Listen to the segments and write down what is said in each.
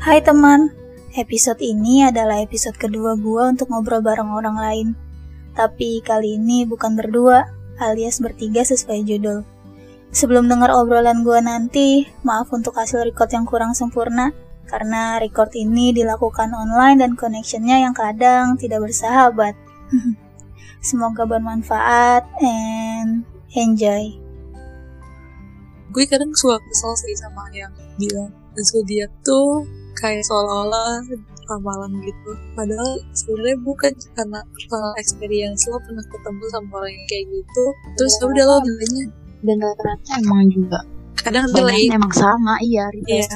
Hai teman, episode ini adalah episode kedua gue untuk ngobrol bareng orang lain. Tapi kali ini bukan berdua, alias bertiga sesuai judul. Sebelum dengar obrolan gue nanti, maaf untuk hasil record yang kurang sempurna, karena record ini dilakukan online dan connectionnya yang kadang tidak bersahabat. Semoga bermanfaat and enjoy. Gue kadang suka kesel sih sama yang bilang zodiak tuh kayak seolah-olah ramalan gitu. Padahal sebenarnya bukan, karena personal experience lo pernah ketemu sama orang yang kayak gitu. Terus udah lo bilangnya. Dan rata-rata emang juga Kadang relate. Emang sama, iya.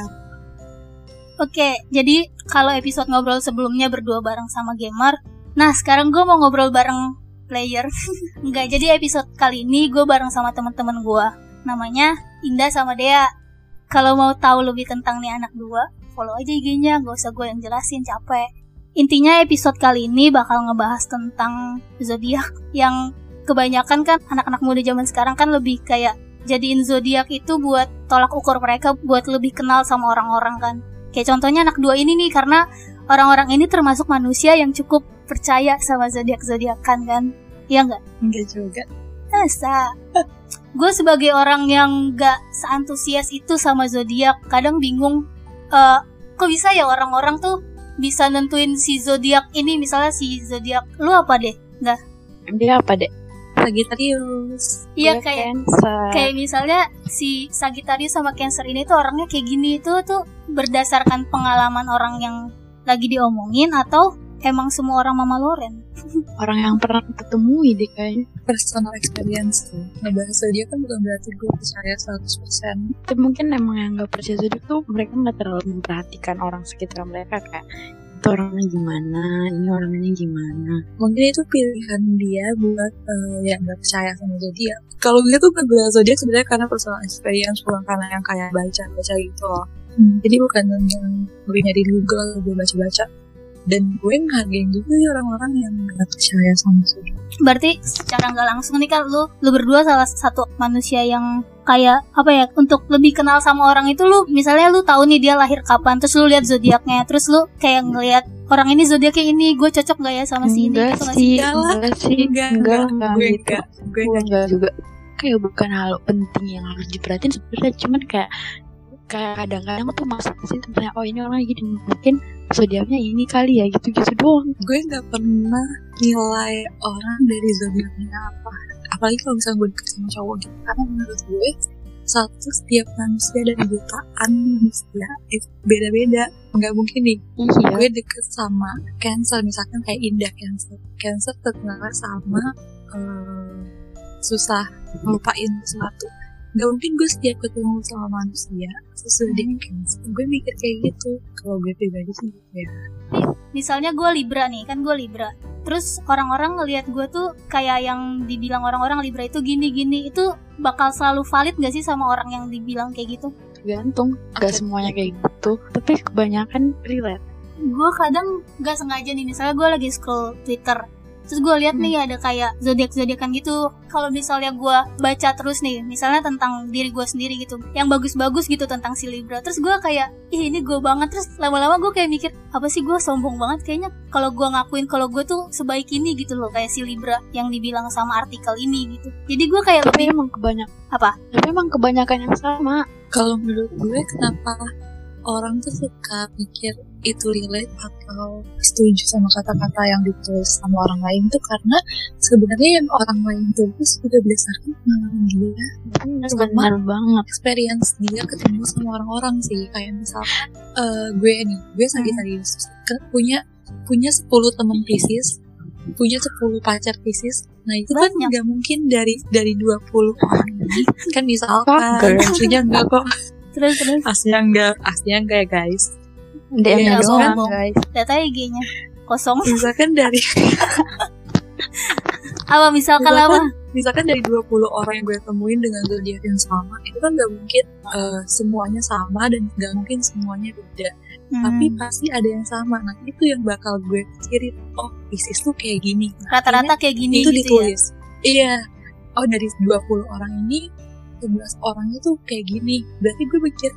Oke, jadi kalau episode ngobrol sebelumnya berdua bareng sama gamer, nah sekarang gue mau ngobrol bareng player. Enggak, jadi episode kali ini gue bareng sama teman-teman gue. Namanya Indah sama Dea. Kalau mau tahu lebih tentang nih anak dua, follow aja IG-nya, gak usah gue yang jelasin, capek. Intinya episode kali ini bakal ngebahas tentang zodiak yang kebanyakan kan anak-anak muda zaman sekarang kan lebih kayak jadiin zodiak itu buat tolak ukur mereka, buat lebih kenal sama orang-orang kan. Kayak contohnya anak dua ini nih, karena orang-orang ini termasuk manusia yang cukup percaya sama zodiak-zodiakan kan. Iya nggak? Enggak juga. Masa? Gue sebagai orang yang gak seantusias itu sama zodiak, kadang bingung, kok bisa ya orang-orang tuh bisa nentuin si zodiak ini, misalnya si zodiak lu apa deh? Nggak? Dia apa deh? Sagittarius. Iya, kayak misalnya si Sagittarius sama Cancer ini tuh orangnya kayak gini, itu tuh berdasarkan pengalaman orang yang lagi diomongin atau emang semua orang Mama Loren? Orang yang pernah ketemui deh kayaknya. Personal experience tuh. Ngebahas zodiak kan bukan berarti gue percaya 100%. Tapi mungkin emang yang gak percaya zodiak tuh mereka gak terlalu memperhatikan orang sekitar mereka, kayak itu orangnya gimana, ini orangnya gimana. Mungkin itu pilihan dia buat yang gak percaya sama zodiak. Kalau gue tuh ngebahas zodiak sebenarnya karena personal experience, bukan karena yang kayak baca-baca gitu loh. Jadi bukan yang gue nyari di Google atau gue baca-baca. Dan gue ngehargain juga ya orang-orang yang gak percaya sama zodiak. Berarti secara gak langsung nih kan lu berdua salah satu manusia yang kayak apa ya, untuk lebih kenal sama orang itu lu misalnya lu tahu nih dia lahir kapan, terus lu lihat zodiaknya, terus lu kayak ngelihat orang ini zodiaknya ini, gue cocok gak ya sama si ini? Enggak, gue enggak juga. Kayak bukan hal penting yang harus diperhatiin sebenarnya, cuman kayak kadang-kadang tuh masuk ke situ, oh ini orang gini, mungkin zodiaknya ini kali ya, gitu-gitu doang. Gue nggak pernah nilai orang dari zodiaknya apa, apalagi kalau misalnya gue deket sama cowok gitu, karena menurut gue setiap manusia dari jutaan manusia itu beda-beda. Nggak mungkin nih gue deket sama Cancer misalkan, kayak Indah. Cancer terkenal sama susah melupain sesuatu. Gak mungkin gue setiap ketemu sama manusia sesuai dengan Cancer gue mikir kayak gitu. Kalau gue pribadi sih gitu ya. Misalnya gue Libra nih, kan gue Libra. Terus orang-orang ngelihat gue tuh kayak yang dibilang orang-orang Libra itu gini-gini, itu bakal selalu valid gak sih sama orang yang dibilang kayak gitu? Tergantung, gak semuanya kayak gitu, tapi kebanyakan relate. Gue kadang gak sengaja nih, misalnya gue lagi scroll Twitter, terus gue lihat nih ada kayak zodiak-zodiakan gitu. Kalau misalnya gue baca terus nih, misalnya tentang diri gue sendiri gitu, yang bagus-bagus gitu tentang si Libra, terus gue kayak, ih ini gue banget. Terus lama-lama gue kayak mikir, apa sih gue sombong banget kayaknya kalau gue ngakuin kalau gue tuh sebaik ini gitu loh, kayak si Libra yang dibilang sama artikel ini gitu. Jadi gue kayak tapi emang kebanyakan yang sama. Kalau menurut gue, kenapa orang tuh suka mikir itu relate atau setuju sama kata-kata yang ditulis sama orang lain tuh karena sebenarnya yang orang lain tulis udah berdasarkan pengalaman dia, benar banget, experience dia ketemu sama orang-orang sih. Kayak misalkan gue Sagittarius punya 10 teman Pisces, punya 10 pacar Pisces. Nah itu kan nggak mungkin dari 20 orang ini kan, misalkan maksudnya enggak kok. Terus aslinya enggak ya guys. DM-nya doang guys. Data IG-nya kosong. Misalkan dari misalkan dari 20 orang yang gue temuin dengan zodiak yang sama, itu kan gak mungkin semuanya sama dan gak mungkin semuanya beda. Tapi pasti ada yang sama. Nah itu yang bakal gue pikirin, oh Pisces tuh kayak gini, rata-rata kayak gini itu gitu ditulis ya? Iya, oh dari 20 orang ini 11 orangnya tuh kayak gini. Berarti gue mikir,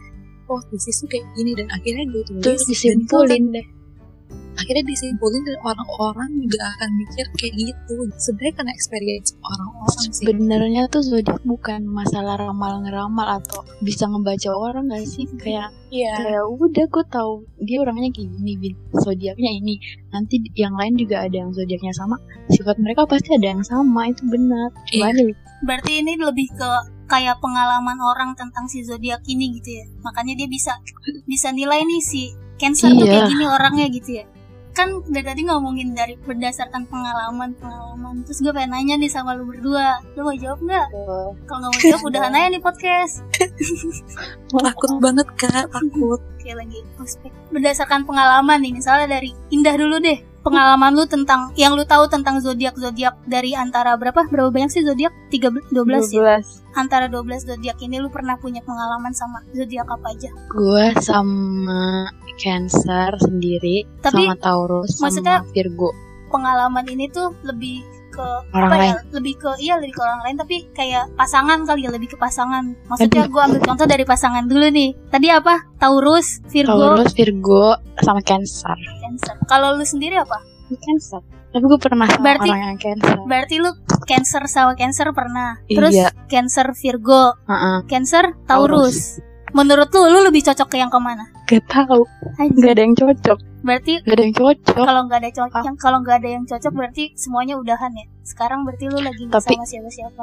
oh Pisces tuh kayak gini, dan akhirnya gue tulis Terus disimpulin deh. akhirnya disimpulin dan orang-orang juga akan mikir kayak gitu. Sebenarnya karena experience orang-orang sih. Sebenarnya tuh zodiak bukan masalah ramal ngeramal atau bisa ngebaca orang gak sih? Kayak kayak udah gue tahu dia orangnya kayak gini, zodiaknya ini. Nanti yang lain juga ada yang zodiaknya sama, sifat mereka pasti ada yang sama, itu benar. Berarti ini lebih ke kayak pengalaman orang tentang si zodiak ini gitu ya. Makanya dia bisa nilai nih si Cancer tuh kayak gini orangnya gitu ya. Kan dari tadi ngomongin dari berdasarkan pengalaman. Terus gue pengen nanya nih sama lu berdua, lu mau jawab nggak? Kalau nggak mau jawab udahan aja nih podcast. Takut banget Kak, takut. Oke, lagi prospek berdasarkan pengalaman nih, misalnya dari Indah dulu deh. Pengalaman lu tentang yang lu tahu tentang zodiak dari antara berapa banyak sih zodiak? 12 ya. Antara 12 zodiak ini lu pernah punya pengalaman sama zodiak apa aja? Gue sama Cancer sendiri, tapi, sama Taurus, maksudnya, sama Virgo. Pengalaman ini tuh lebih ke orang lain. Lebih ke orang lain, tapi kayak pasangan kali ya, lebih ke pasangan. Maksudnya gue ambil contoh dari pasangan dulu nih. Tadi apa? Taurus, Virgo, sama Cancer. Kalau lu sendiri apa? Cancer. Tapi gue pernah sama orang yang Cancer. Berarti lu Cancer sama Cancer pernah. Terus Cancer Virgo, Cancer Taurus. Menurut lu lebih cocok ke yang kemana? Gak tahu. Gak ada yang cocok. Berarti gak ada yang cocok. Kalau nggak ada yang cocok berarti semuanya udahan ya. Sekarang berarti lu lagi nggak sama siapa-siapa.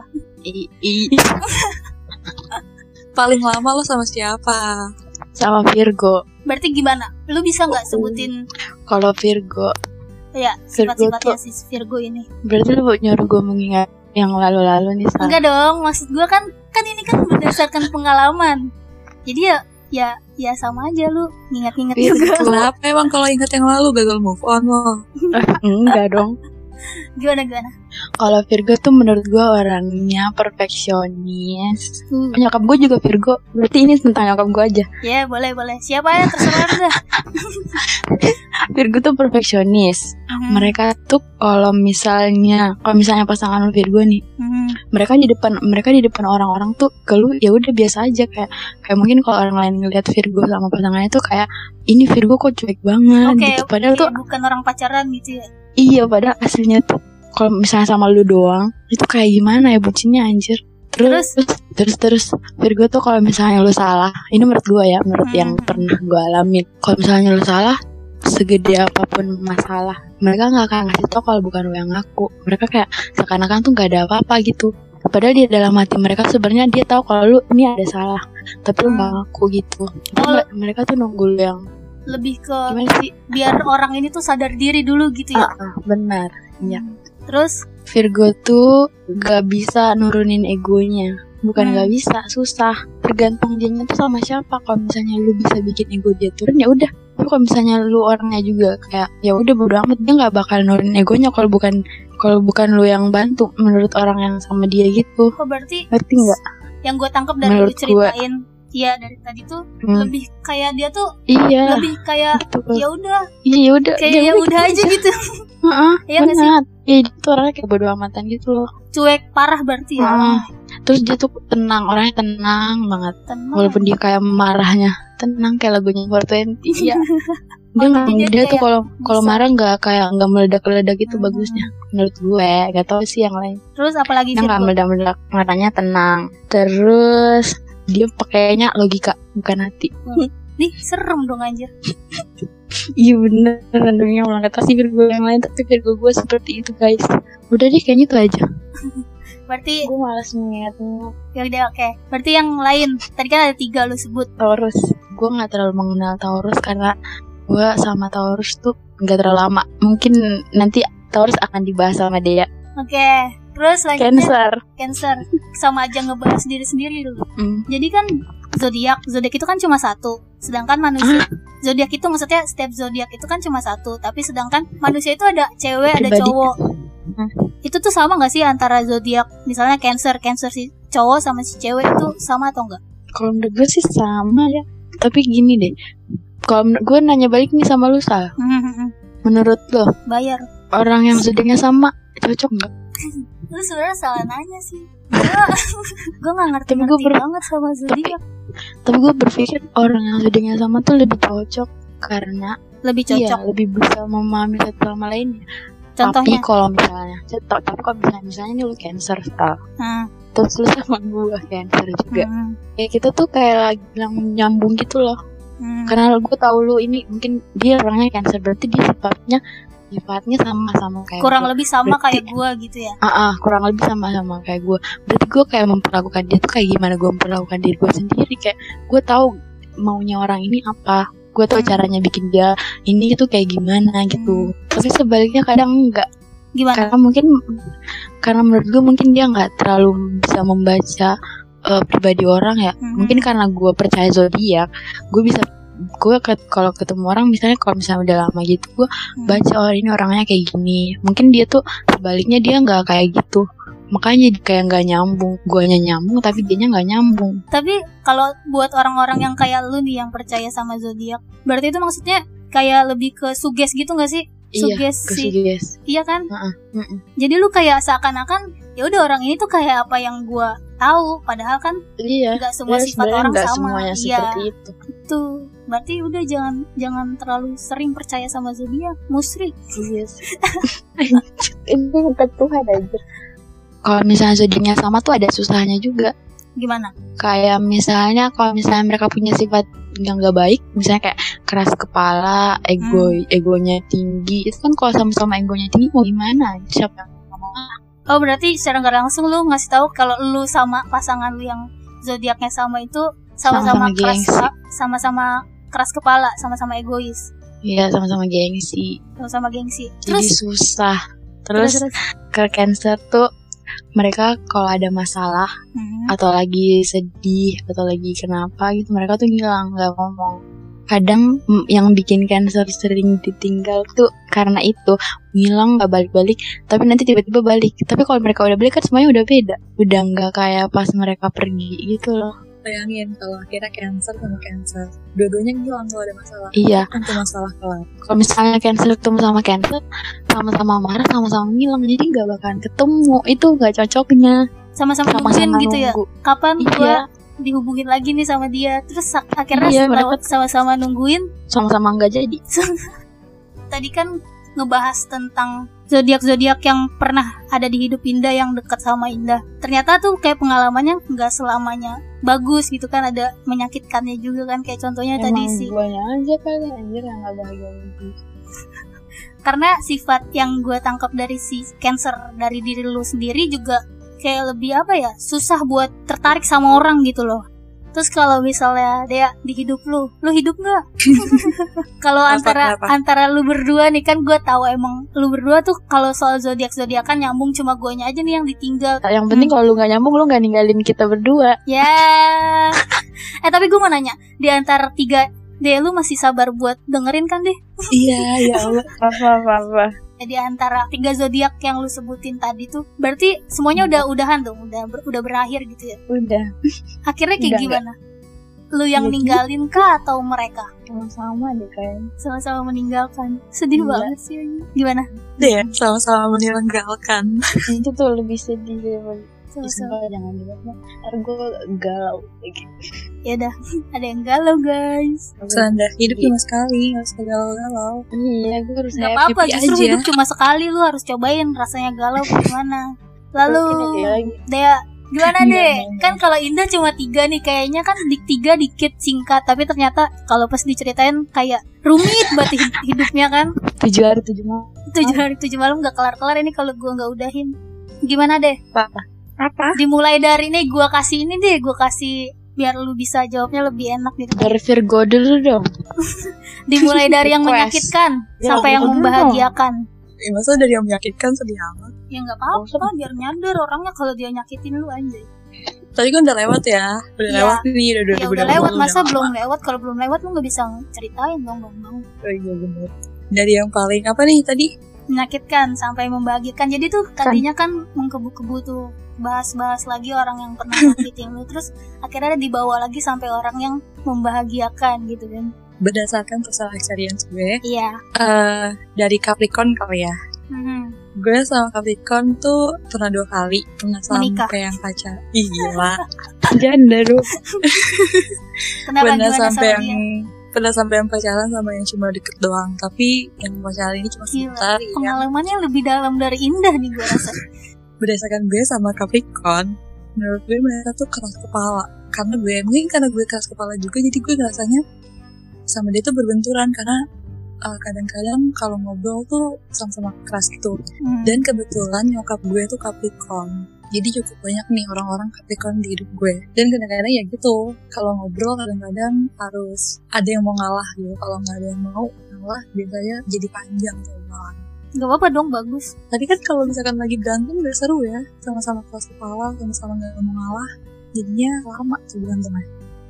Paling lama lo sama siapa? Sama Virgo. Berarti gimana? Lu bisa nggak sebutin? Kalau Virgo. Ya, sifat-sifatnya si Virgo ini. Berarti lu nyuruh gue mengingat yang lalu-lalu nih. Enggak dong, maksud gue kan ini kan berdasarkan pengalaman. Jadi ya sama aja lu nginget-nginget juga. Kenapa emang kalau inget yang lalu gagal move on lo? Enggak dong. Gimana? Kalau Virgo tuh menurut gue orangnya perfeksionis. Nyokap gue juga Virgo. Berarti ini tentang nyokap gue aja. Ya boleh. Siapa ya, terserah dah. Virgo tuh perfeksionis. Mereka tuh kalau misalnya pasangan lu Virgo nih, mereka di depan orang-orang tuh ke lu ya udah biasa aja, kayak mungkin kalau orang lain ngeliat Virgo sama pasangannya tuh kayak ini Virgo kok cuek banget gitu. Padahal tuh bukan orang pacaran gitu ya. Iya, padahal aslinya tuh kalau misalnya sama lu doang itu kayak gimana ya bucinnya anjir. Terus Virgo tuh kalau misalnya lu salah, ini menurut gue ya, menurut yang pernah gue alamin, kalau misalnya lu salah segede apapun masalah, mereka nggak akan ngasih tau kalau bukan lu yang ngaku. Mereka kayak seakan-akan tuh nggak ada apa-apa gitu. Padahal dia dalam hati mereka sebenarnya dia tahu kalau lu ini ada salah, tapi lu nggak ngaku gitu. Mereka tuh nunggu lu yang lebih ke biar orang ini tuh sadar diri dulu gitu ya. Benar. Iya. Terus Virgo tuh gak bisa nurunin egonya. Bukan gak bisa, susah. Tergantung dianya tuh sama siapa. Kalau misalnya lu bisa bikin ego dia turun ya udah. Tapi kalau misalnya lu orangnya juga kayak ya udah bodo amat, dia gak bakal nurunin egonya kalau bukan lu yang bantu menurut orang yang sama dia gitu. Berarti ngerti nggak? Yang gue tangkap dari lu ceritain, iya dari tadi tuh lebih kayak dia tuh lebih kayak gitu, ya udah. Iya ya udah. Kayak ya udah aja gitu. Iya nggak sih? Iya itu orangnya kayak bodo amatan gitu loh. Cuek parah berarti ya. Terus dia tuh orangnya tenang banget. Walaupun dia kayak marahnya tenang kayak lagunya 420. Iya. Dia tuh kalau marah nggak meledak-ledak gitu bagusnya menurut gue. Gak tau sih yang lain. Terus apalagi dia nggak meledak-ledak, marahnya tenang. Terus dia pakainya logika bukan hati. Nih serem dong anjir. Iya bener, randomnya ulang kata sih Virgo yang lain, tapi Virgo gue seperti itu guys. Udah deh kayaknya itu aja. Berarti gue malas mengingatnya. Ya udah oke. Berarti yang lain tadi kan ada 3 lu sebut. Taurus. Gue nggak terlalu mengenal Taurus karena gue sama Taurus tuh nggak terlalu lama. Mungkin nanti Taurus akan dibahas sama dia. Oke. Terus selanjutnya Cancer. Sama aja ngebahas diri sendiri dulu. Jadi kan zodiak itu kan cuma satu. Sedangkan manusia zodiak itu maksudnya setiap zodiak itu kan cuma satu, tapi sedangkan manusia itu ada cewek, ada cowok. Itu tuh sama enggak sih antara zodiak misalnya Cancer si cowok sama si cewek itu sama atau enggak? Kalau menurut gue sih sama ya. Tapi gini deh. Kalau gue nanya balik nih sama lu Sal. Menurut lo bayar orang yang zodiaknya sama cocok enggak? Lu sebenarnya salah nanya sih. Gue nggak ngerti banget sama zodiak. Tapi gue berpikir orang yang zodiaknya sama tuh lebih cocok karena lebih cocok, lebih bisa memahami satu sama lainnya. Contohnya? Tapi kalau misalnya nih lu Cancer, terus lu sama gue Cancer juga, kayak kita tuh kayak lagi bilang nyambung gitu loh. Karena gue tahu lu ini mungkin dia orangnya Cancer, berarti dia sifatnya sama kayak kurang gue. lebih sama Berarti, kayak gue gitu ya. Kurang lebih sama kayak gue. Berarti gue kayak memperlakukan dia tuh kayak gimana gue memperlakukan diri gue sendiri. Kayak gue tahu maunya orang ini apa, gue tahu caranya bikin dia ini tuh kayak gimana gitu. Tapi sebaliknya kadang enggak. Gimana? Karena menurut gue mungkin dia nggak terlalu bisa membaca pribadi orang ya. Mungkin karena gue percaya zodiak, kalau ketemu orang misalnya kalau misalnya udah lama gitu, gue baca ini orangnya kayak gini. Mungkin dia tuh sebaliknya dia nggak kayak gitu, makanya kayak nggak nyambung. Guanya nyambung tapi dianya nggak nyambung. Tapi kalau buat orang-orang yang kayak lu nih yang percaya sama zodiak, berarti itu maksudnya kayak lebih ke suges gitu nggak sih? Suges. Iya kan? Jadi lu kayak seakan-akan ya udah orang ini tuh kayak apa yang gua tahu, padahal kan nggak semua sifat orang sama. Seperti itu. Itu berarti udah jangan terlalu sering percaya sama zodiak, musyrik. Yes. Ini bukan Tuhan aja. Kalau misalnya zodiaknya sama tuh ada susahnya juga. Gimana? Kayak misalnya kalau misalnya mereka punya sifat yang gak baik, misalnya kayak keras kepala, egonya tinggi, itu kan kalau sama-sama egonya tinggi mau gimana? Siapa yang ngomong? Oh berarti secara gak langsung lu ngasih tahu kalau lu sama pasangan lu yang zodiaknya sama itu sama-sama keras kepala, sama-sama egois. Iya, sama-sama gengsi. Jadi Terus susah. Terus ke Cancer tuh mereka kalau ada masalah atau lagi sedih atau lagi kenapa gitu, mereka tuh ngilang, nggak ngomong. Kadang yang bikin Cancer sering ditinggal tuh karena itu, ngilang nggak balik-balik, tapi nanti tiba-tiba balik. Tapi kalau mereka udah balik kan semuanya udah beda, udah nggak kayak pas mereka pergi gitu loh. Bayangin kalau akhirnya Cancer sama Cancer dua-duanya ngilang kalau ada masalah. Iya. Tentu masalah kelar. Kalau misalnya Cancer ketemu sama Cancer, sama-sama marah, sama-sama ngilang, jadi nggak bakalan ketemu. Itu nggak cocoknya. Sama-sama nungguin gitu ya. Kapan gua dihubungin lagi nih sama dia? Terus akhirnya setelah sama-sama nungguin, sama-sama nggak jadi. Tadi kan ngebahas tentang zodiak-zodiak yang pernah ada di hidup Indah, yang dekat sama Indah. Ternyata tuh kayak pengalamannya nggak selamanya bagus gitu kan, ada menyakitkannya juga kan, kayak contohnya emang tadi sih. Guanya aja kali anjir yang nggak bahagia gitu. Karena sifat yang gue tangkap dari si Cancer, dari diri lu sendiri juga kayak lebih apa ya, susah buat tertarik sama orang gitu loh. Terus kalau misalnya dia di hidup lu hidup nggak? Kalau antara lu berdua nih, kan gue tahu emang lu berdua tuh kalau soal zodiakan nyambung, cuma guanya aja nih yang ditinggal. Yang penting kalau lu nggak nyambung, lu nggak ninggalin kita berdua. Ya. Tapi gue mau nanya, di antara 3 deh, lu masih sabar buat dengerin kan deh? Iya, ya Allah. Apa. Di antara 3 zodiak yang lu sebutin tadi tuh, berarti semuanya udahan tuh, udah berakhir gitu ya? Udah. Akhirnya kayak gimana? Lu yang ninggalin kah atau mereka? Sama-sama deh kayaknya. Sama-sama meninggalkan. Sedih banget sih. Gimana? Deh, sama-sama meninggalkan. Itu tuh lebih sedih daripada sama-sama. Jangan juga, ntar gue galau lagi. Ya udah, ada yang galau guys. Selanda hidup cuma sekali, harus galau-galau. Iya, gue harus nggak apa-apa, justru aja. Hidup cuma sekali, lu harus cobain rasanya galau gimana. Lalu Dea, gimana deh? Kan kalau Indah cuma 3 nih, kayaknya kan 3 dikit singkat, tapi ternyata kalau pas diceritain kayak rumit banget hidupnya kan. 7 hari 7 malam. 7 hari 7 malam gak kelar-kelar ini kalau gue gak udahin. Gimana deh? Apa? Dimulai dari ini, gue kasih ini deh, gue kasih biar lu bisa jawabnya lebih enak gitu. Dari Virgo dulu dong. Dimulai dari yang menyakitkan sampai yang membahagiakan. Masa dari yang menyakitkan sedih amat? Ya nggak apa-apa, biar nyadar orangnya kalau dia nyakitin lu anjay. Tadi kan udah lewat ya, lewat nih, udah 2020. Ya udah lewat, masa belum lewat? Kalau belum lewat lu nggak bisa ceritain dong. Oh iya benar. Dari yang paling apa nih tadi? Menyakitkan sampai membahagiakan. Jadi tuh tadinya kan mengkebu-kebu tuh, bahas-bahas lagi orang yang pernah nyakitin lu, terus akhirnya dibawa lagi sampai orang yang membahagiakan gitu kan. Berdasarkan personal experience gue. Iya. Dari Capricorn kali ya. Gue sama Capricorn tuh pernah 2 kali. Pernah Menikah. sampai yang pacar. Ih gila. Janda dong. Kenapa Pernah gimana sampai sama yang dia? Pernah sampai yang pacaran sama yang cuma deket doang. Tapi yang pacaran ini cuma Gila, sebentar. Ya. pengalamannya lebih dalam dari Indah nih gue rasa. Berdasarkan gue sama Capricorn, menurut gue mereka tuh keras kepala. Karena gue keras kepala juga, jadi gue ngerasanya sama dia tuh berbenturan. Karena kadang-kadang kalau ngobrol tuh sama-sama keras gitu. Dan kebetulan nyokap gue tuh Capricorn, jadi cukup banyak nih orang-orang Capricorn di hidup gue. Dan kadang-kadang ya gitu, kalau ngobrol kadang-kadang harus ada yang mau ngalah gitu. Kalau nggak ada yang mau ngalah, biasanya jadi panjang tuh malah. Gak apa-apa dong, bagus. Tapi kan kalau misalkan lagi berantem gak seru ya, sama-sama keras kepala, sama-sama gak mau ngalah, jadinya lama tuh berantemnya.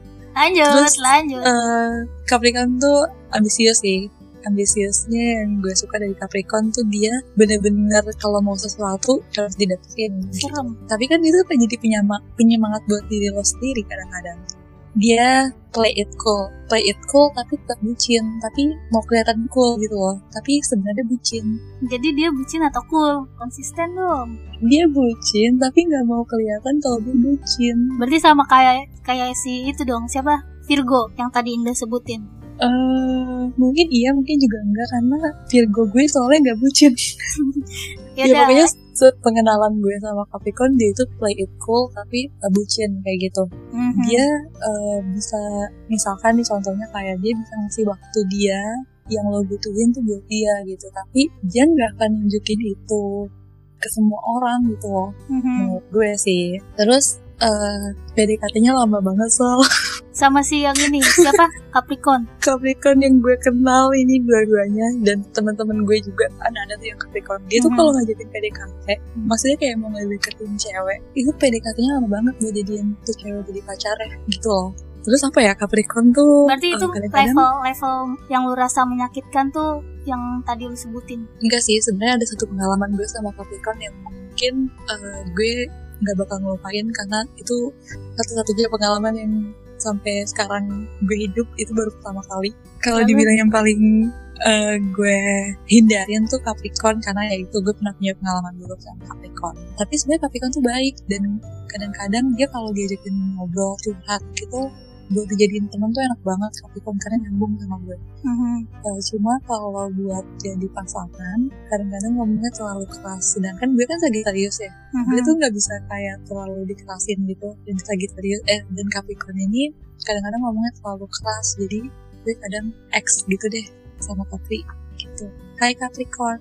Lanjut. Capricorn tuh ambisius sih. Ambisiusnya yang gue suka dari Capricorn tuh dia bener-bener kalau mau sesuatu harus didapetin. Serem. Tapi kan itu kan jadi penyemangat buat diri lo sendiri kadang-kadang. Dia play it cool tapi tetap bucin, tapi mau kelihatan cool gitu loh, tapi sebenarnya bucin. Jadi dia bucin atau cool? Konsisten dong. Dia bucin tapi nggak mau kelihatan kalau dia bucin. Berarti sama kayak si itu dong, siapa? Virgo yang tadi Indah sebutin. Mungkin iya, mungkin juga enggak, karena Virgo gue soalnya nggak bucin. Ya pokoknya pengenalan gue sama Capricorn, dia itu play it cool tapi bucin kayak gitu. Dia bisa, misalkan nih contohnya kayak dia bisa ngasih waktu dia yang lo butuhin tuh buat dia gitu, tapi dia nggak akan nunjukin itu ke semua orang gitu loh. Menurut gue sih. Terus PDKT-nya lama banget sama si yang ini siapa? Capricorn yang gue kenal ini dua-duanya, dan teman-teman gue juga ada tuh yang Capricorn. Dia tuh kalau ngajakin PDKT, maksudnya kayak mau ngedeketin cewek, itu PDKT-nya lama banget buat jadiin tuh cewek jadi pacarnya gitu loh. Terus apa ya, Capricorn tuh berarti itu level yang lu rasa menyakitkan tuh yang tadi lu sebutin? Enggak sih, sebenarnya ada satu pengalaman gue sama Capricorn yang mungkin gue nggak bakal ngelupain, karena itu satu-satunya pengalaman yang sampai sekarang gue hidup itu baru pertama kali. Kalau dibilang yang paling gue hindarin tuh Capricorn, karena ya itu gue pernah punya pengalaman buruk sama Capricorn. Tapi sebenarnya Capricorn tuh baik, dan kadang-kadang dia kalau diajakin ngobrol curhat gitu, buat dijadiin teman tuh enak banget Capricorn, karena nyambung sama gue. Cuma kalau buat jadi pasangan, kadang-kadang ngomongnya terlalu keras. Sedangkan gue kan Sagittarius ya, gue tuh nggak bisa kayak terlalu dikerasin gitu. Dan Sagittarius dan Capricorn ini kadang-kadang ngomongnya terlalu keras, jadi gue kadang X gitu deh sama Capri gitu. Hai Capricorn.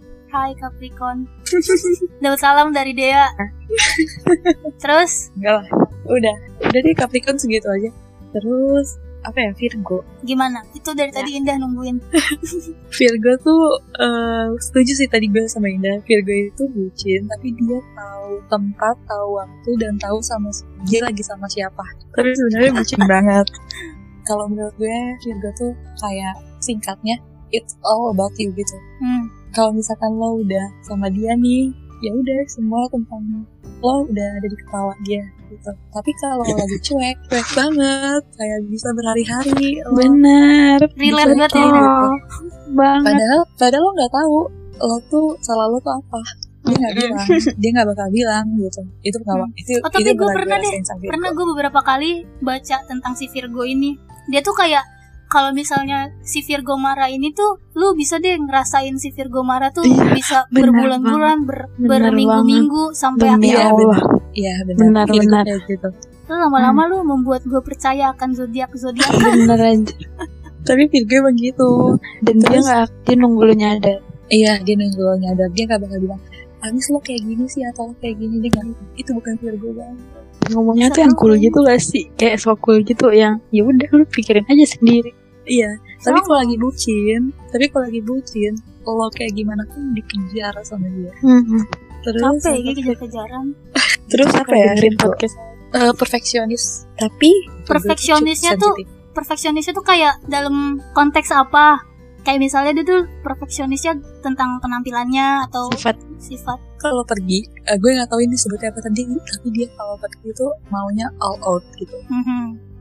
Dapat salam dari Dea. Terus? Enggak lah, udah deh Capricorn segitu aja. Terus apa ya, Virgo. Gimana? Itu dari tadi Indah nungguin. Virgo tuh setuju sih tadi gue sama Indah. Virgo itu bucin, tapi dia tahu tempat, tahu waktu, dan tahu sama dia lagi sama siapa. Tapi sebenarnya bucin banget. Kalau menurut gue Virgo tuh kayak singkatnya it's all about you gitu. Kalau misalkan lo udah sama dia nih, ya udah semua tentang lo udah ada di kepala dia gitu. Tapi kalau lagi cuek banget, kayak bisa berhari-hari. Bener. Relate banget ya. Banget. Padahal lo nggak tahu lo tuh salah lo tuh apa. Dia nggak bakal bilang gitu. Itu pertama. Tapi gue pernah gue beberapa kali baca tentang si Virgo ini. Dia tuh kayak kalau misalnya si Virgo marah ini tuh, lu bisa deh ngerasain si Virgo marah tuh bisa berbulan-bulan, berminggu-minggu sampai akhirnya. Iya benar. Gitu. Lu lama-lama lu membuat gue percaya akan zodiak. Bener aja. Tapi Virgo emang gitu. Dan dia nunggu lu nyadar. Iya, dia nunggu lo nyadar. Dia gak bakal bilang, Anis lo kayak gini sih atau lo kayak gini. Dia gak, itu bukan Virgo banget. Ngomongnya tuh yang cool gitu gak sih? Kayak so cool gitu, yang ya udah lu pikirin aja sendiri. Iya, tapi kalau lagi bucin, lo kayak gimana pun dikejar sama dia. Terus sampai kejar-kejaran. Terus apa ya? Podcast. Perfeksionis. Tapi perfeksionisnya tuh kayak dalam konteks apa? Kayak misalnya dia tuh perfeksionisnya tentang penampilannya atau sifat. Kalau pergi, gue nggak tahu ini sebutnya apa tadi, tapi dia kalau pergi itu maunya all out gitu.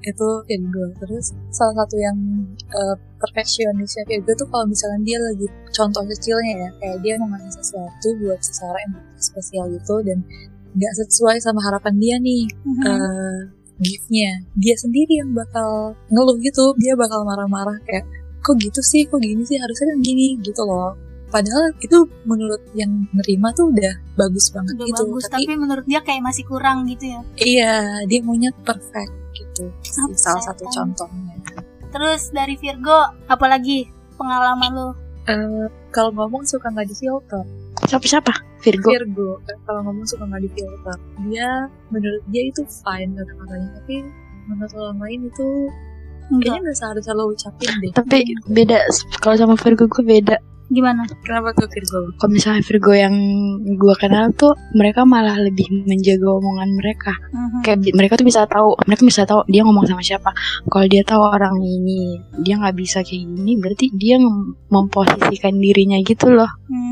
itu Virgo. Terus salah satu yang perfeksionisnya Virgo tuh kalau misalnya dia lagi contoh kecilnya ya, kayak dia mau ngasih sesuatu buat seseorang yang spesial gitu dan nggak sesuai sama harapan dia nih gift-nya, dia sendiri yang bakal ngeluh gitu, dia bakal marah-marah kayak kok gitu sih, kok gini sih, harusnya kan gini gitu loh. Padahal itu menurut yang nerima tuh udah bagus banget udah gitu. bagus, tapi menurut dia kayak masih kurang gitu ya. Iya, dia maunya perfect gitu. Salah satu contohnya. Terus dari Virgo, apalagi pengalaman lo? Kalau ngomong suka nggak difilter. Siapa? Virgo. Kalau ngomong suka nggak difilter. Dia menurut dia itu fine kata-katanya, tapi menurut orang lain itu kayaknya nggak seharusnya lo ucapin deh. Tapi beda, kalau sama Virgo gue beda. Gimana? Kenapa tuh Virgo? Kalau misalnya Virgo yang gue kenal tuh, mereka malah lebih menjaga omongan mereka. Kayak mereka bisa tahu dia ngomong sama siapa. Kalau dia tahu orang ini dia nggak bisa kayak gini, berarti dia memposisikan dirinya gitu loh.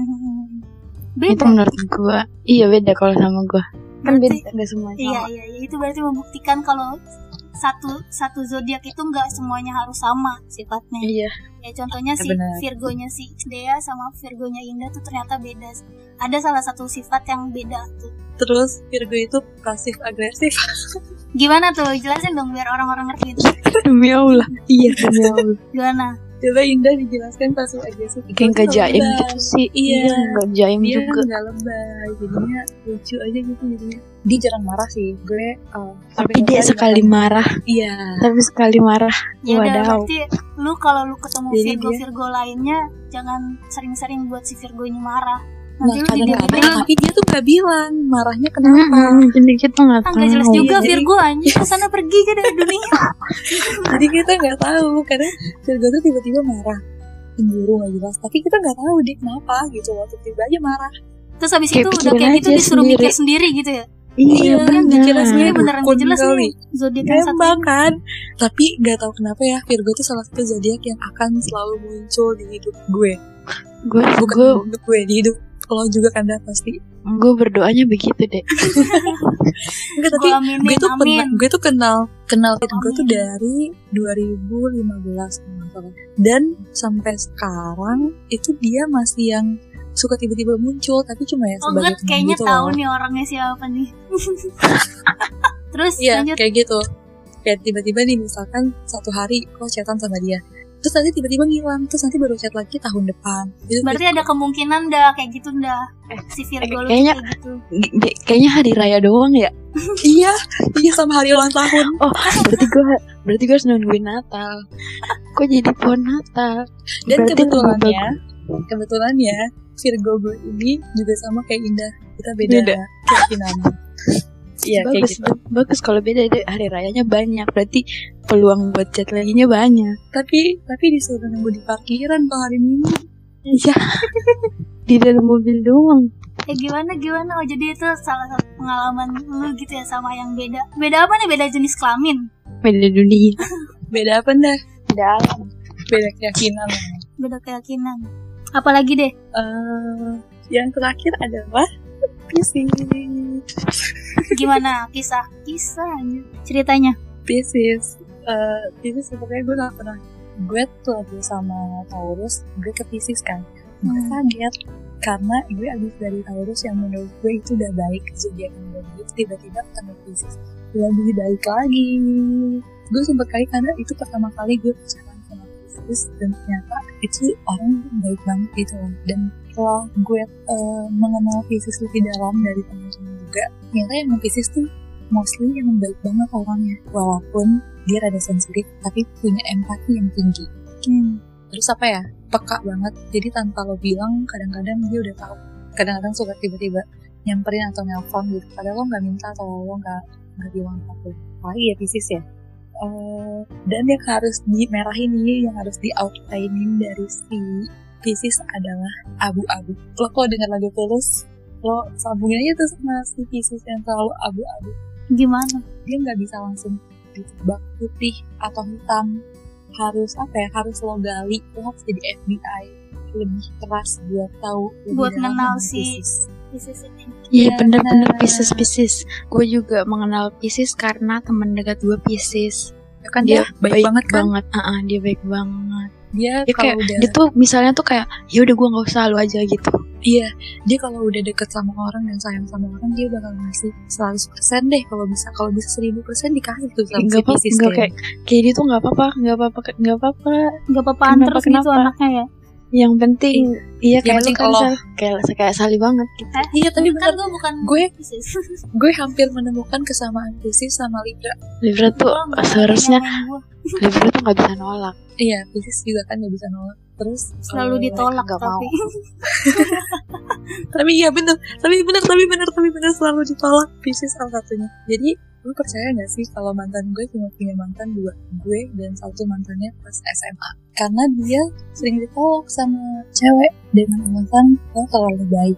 Beda. Itu menurut gue, iya beda kalau sama gue. Kan Berarti, beda, nggak semua sama. Iya, itu berarti membuktikan kalau satu zodiak itu nggak semuanya harus sama sifatnya. Iya. Ya contohnya si bener. Virgonya si Dea sama Virgonya Indah tuh ternyata beda. Ada salah satu sifat yang beda tuh. Terus Virgo itu pasif agresif. Gimana tuh? Jelasin dong biar orang-orang ngerti itu. Demi Allah. Iya, demi Allah. Gimana? Coba Indah dijelaskan pasif agresif. Kayak nggak jaim gitu sih. Iya, nggak jaim dia juga. nggak lebay, jadinya lucu aja gitu jadinya. Dia jarang marah sih, gue. Tapi dia sekali marah. Iya. Tapi sekali marah. Ya udah, Wadaw. berarti lu kalau lu ketemu Jadi Virgo lainnya jangan sering-sering buat si Virgonya marah. Nah, Nanti lu kadang-kadang didengerin. tapi dia tuh nggak bilang marahnya kenapa. Jadi kita nggak tahu. Nggak jelas juga Jadi- Virgo anjing kesana pergi ke dari dunia. Jadi kita nggak tahu karena Virgo tuh tiba-tiba marah, cemburu nggak jelas. Tapi kita nggak tahu dia kenapa gitu loh, tiba-tiba aja marah. Terus habis Kayak itu udah pikirin kayak gitu aja disuruh sendiri. mikir sendiri gitu ya. Iya, Yang mikirnya ini sendiri beneran dukun gak jelas kali. nih zodiak yang satu Emang ini. kan, tapi nggak tahu kenapa ya Virgo tuh salah satu zodiak yang akan selalu muncul di hidup gue. Bukan hidup gue, di hidup lo juga kan dah pasti. Gue berdoanya begitu deh. Enggak, tapi Gua aminin, gue tuh kenal Virgo Amin. tuh dari 2015 kalau nggak salah. Dan sampai sekarang itu dia masih yang suka tiba-tiba muncul, tapi cuma ya Oh sebagai gue teman kayaknya gitu tahu loh. nih orangnya siapa nih. Terus Iya, lanjut. kayak gitu. Kayak tiba-tiba nih misalkan satu hari kok chatan sama dia, terus nanti tiba-tiba ngilang, terus nanti baru chat lagi tahun depan. Itu Berarti ada kemungkinan dah kayak gitu dah. Si Virgo lu tuh kayaknya- kayak gitu. Kayaknya hari raya doang ya. iya sama hari ulang tahun. Oh, berarti gue harus nungguin Natal. Kok jadi pohon Natal? Dan Berarti kebetulan ya Virgo gue ini juga sama kayak Indah, kita beda. keyakinan. Iya kayak bagus, gitu. bagus kalau beda deh, hari rayanya banyak, berarti peluang buat chat laginya banyak. Tapi disuruh nunggu di parkiran kalau hari Minggu. Iya. Di dalam mobil doang. Gimana? Oh jadi itu salah satu pengalaman lu gitu ya sama yang beda. Beda apa nih? Beda jenis kelamin? Beda dunia. Beda apa dah? Beda alam. Beda keyakinan. Beda keyakinan. Apalagi deh? Yang terakhir adalah Pisces. Gimana kisah aja ceritanya? Pisces sebenarnya gue gak pernah. Gue tuh lagi sama Taurus, gue ke Pisces kan. Gue kaget karena gue abis dari Taurus yang menurut gue itu udah baik, zodiak yang udah baik, tiba-tiba ketemu Pisces lebih baik lagi. Gue sempet kali karena itu pertama kali gue pacaran sama Pisces dan ternyata itu orang baik banget gitu loh. Dan setelah gue mengenal Pisces lebih dalam dari teman-teman juga, ternyata yang Pisces tuh mostly yang baik banget orangnya, walaupun dia rada sensitif tapi punya empati yang tinggi. Terus apa ya, peka banget, jadi tanpa lo bilang kadang-kadang dia udah tahu. Kadang-kadang suka tiba-tiba nyamperin atau nelfon gitu, padahal lo nggak minta atau lo nggak bilang apa-apa. Apalagi ya Pisces ya. Dan yang harus dimerahin nih, yang harus di-outlinein dari si Pisces adalah abu-abu. Lo kalau dengar lagu Tulus, lo sambungin aja tuh sama si Pisces yang terlalu abu-abu. Gimana? Dia nggak bisa langsung ditebak putih atau hitam. Harus harus lo gali, lo harus jadi FBI lebih keras buat tahu, Buat dalam kenal tentang si Pisces. ini. Iya, Iya, bener-bener benar. Pisces. Gue juga mengenal Pisces karena teman dekat gue Pisces. kan dia baik banget kan. Dia baik banget. Dia kayak udah, dia tuh misalnya tuh kayak ya udah gue nggak usah lu aja gitu. Iya, dia kalau udah deket sama orang dan sayang sama orang, dia bakal ngasih 100% deh, kalau bisa 1000% dikasih tuh sama si Pisces. Kayak dia tuh nggak apa-apa terus gitu anaknya ya. Yang penting iya kayak lu kan kayak Sally banget gitu. Iya, tapi benar gue hampir menemukan kesamaan Pisces sama Libra. Libra tuh seharusnya Libra tuh nggak bisa nolak. Iya, Pisces juga kan nggak bisa nolak. Terus selalu ditolak tapi tapi iya benar selalu ditolak. Pisces salah satunya. Jadi lu percaya gak sih kalau mantan gue cuma punya mantan 2, gue dan 1 mantannya pas SMA, karena dia sering ditolak sama cewek dengan alasan lo terlalu baik.